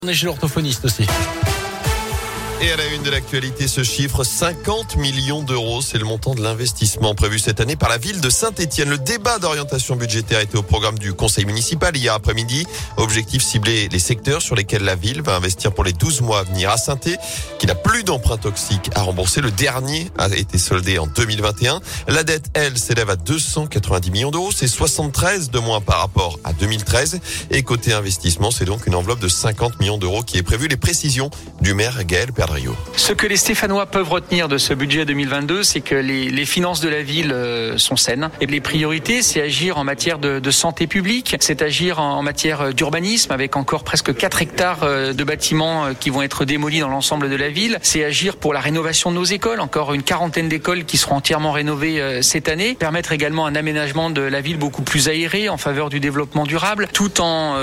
On est chez l'orthophoniste aussi. Et à la une de l'actualité, ce chiffre, 50 millions d'euros, c'est le montant de l'investissement prévu cette année par la ville de Saint-Étienne. Le débat d'orientation budgétaire était au programme du conseil municipal hier après-midi. Objectif, cibler les secteurs sur lesquels la ville va investir pour les 12 mois à venir. À Saint-Étienne, qui n'a plus d'emprunt toxique à rembourser. Le dernier a été soldé en 2021. La dette, elle, s'élève à 290 millions d'euros. C'est 73 de moins par rapport à 2013. Et côté investissement, c'est donc une enveloppe de 50 millions d'euros qui est prévue. Les précisions du maire Gaël Perdriau. Ce que les Stéphanois peuvent retenir de ce budget 2022, c'est que les finances de la ville sont saines. Et les priorités, c'est agir en matière de santé publique, c'est agir en matière d'urbanisme, avec encore presque 4 hectares de bâtiments qui vont être démolis dans l'ensemble de la ville. C'est agir pour la rénovation de nos écoles, encore une quarantaine d'écoles qui seront entièrement rénovées cette année. Permettre également un aménagement de la ville beaucoup plus aéré en faveur du développement durable, tout en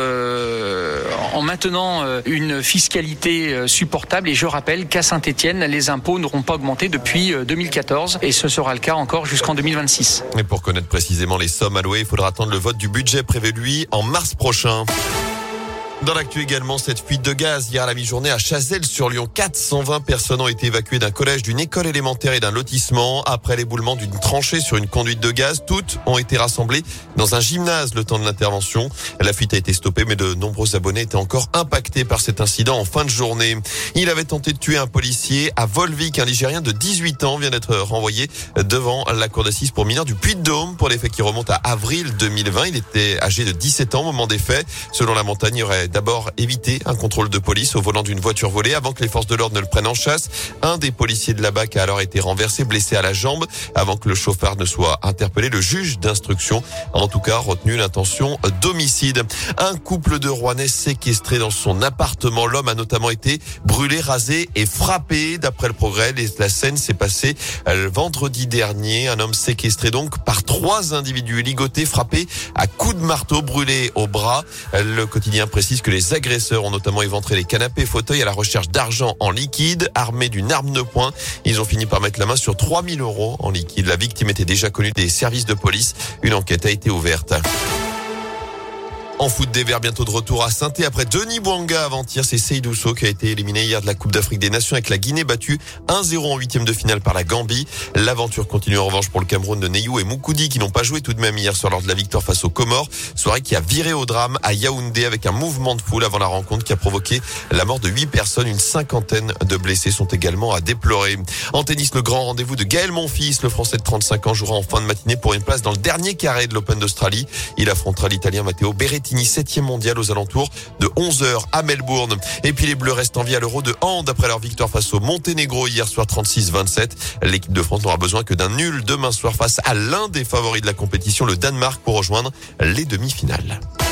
maintenant une fiscalité supportable. Et je rappelle qu'à Saint-Étienne, les impôts n'auront pas augmenté depuis 2014 et ce sera le cas encore jusqu'en 2026. Et pour connaître précisément les sommes allouées, il faudra attendre le vote du budget prévu, lui, en mars prochain. Dans l'actu également, cette fuite de gaz hier à la mi-journée à Chazelles-sur-Lyon. 420 personnes ont été évacuées d'un collège, d'une école élémentaire et d'un lotissement. Après l'éboulement d'une tranchée sur une conduite de gaz, toutes ont été rassemblées dans un gymnase le temps de l'intervention. La fuite a été stoppée, mais de nombreux abonnés étaient encore impactés par cet incident en fin de journée. Il avait tenté de tuer un policier à Volvic. Un Ligérien de 18 ans vient d'être renvoyé devant la cour d'assises pour mineurs du Puy-de-Dôme pour les faits qui remontent à avril 2020. Il était âgé de 17 ans au moment des faits. Selon la montagne, il aurait d'abord éviter un contrôle de police au volant d'une voiture volée avant que les forces de l'ordre ne le prennent en chasse. Un des policiers de la BAC a alors été renversé, blessé à la jambe avant que le chauffard ne soit interpellé. Le juge d'instruction a en tout cas retenu l'intention d'homicide. Un couple de Rouennais séquestré dans son appartement. L'homme a notamment été brûlé, rasé et frappé. D'après le Progrès, la scène s'est passée le vendredi dernier. Un homme séquestré donc par 3 individus ligotés, frappés à coups de marteau, brûlés au bras. Le quotidien précise que les agresseurs ont notamment éventré les canapés, fauteuils à la recherche d'argent en liquide. Armés d'une arme de poing, ils ont fini par mettre la main sur 3 000 € en liquide. La victime était déjà connue des services de police. Une enquête a été ouverte. En foot, des Verts bientôt de retour à Saint-Étienne après Denis Bouanga avant-hier. C'est Seydou Sow qui a été éliminé hier de la Coupe d'Afrique des Nations avec la Guinée battue 1-0 en 8e de finale par la Gambie. L'aventure continue en revanche pour le Cameroun de Neyou et Moukoudi qui n'ont pas joué tout de même hier soir lors de la victoire face aux Comores. Soirée qui a viré au drame à Yaoundé avec un mouvement de foule avant la rencontre qui a provoqué la mort de 8 personnes. Une cinquantaine de blessés sont également à déplorer. En tennis, le grand rendez-vous de Gaël Monfils. Le Français de 35 ans jouera en fin de matinée pour une place dans le dernier carré de l'Open d'Australie. Il affrontera l'Italien Matteo Berrettini, 7e mondial aux alentours de 11h à Melbourne. Et puis les Bleus restent en vie à l'Euro de hand après leur victoire face au Monténégro hier soir 36-27. L'équipe de France n'aura besoin que d'un nul demain soir face à l'un des favoris de la compétition, le Danemark, pour rejoindre les demi-finales.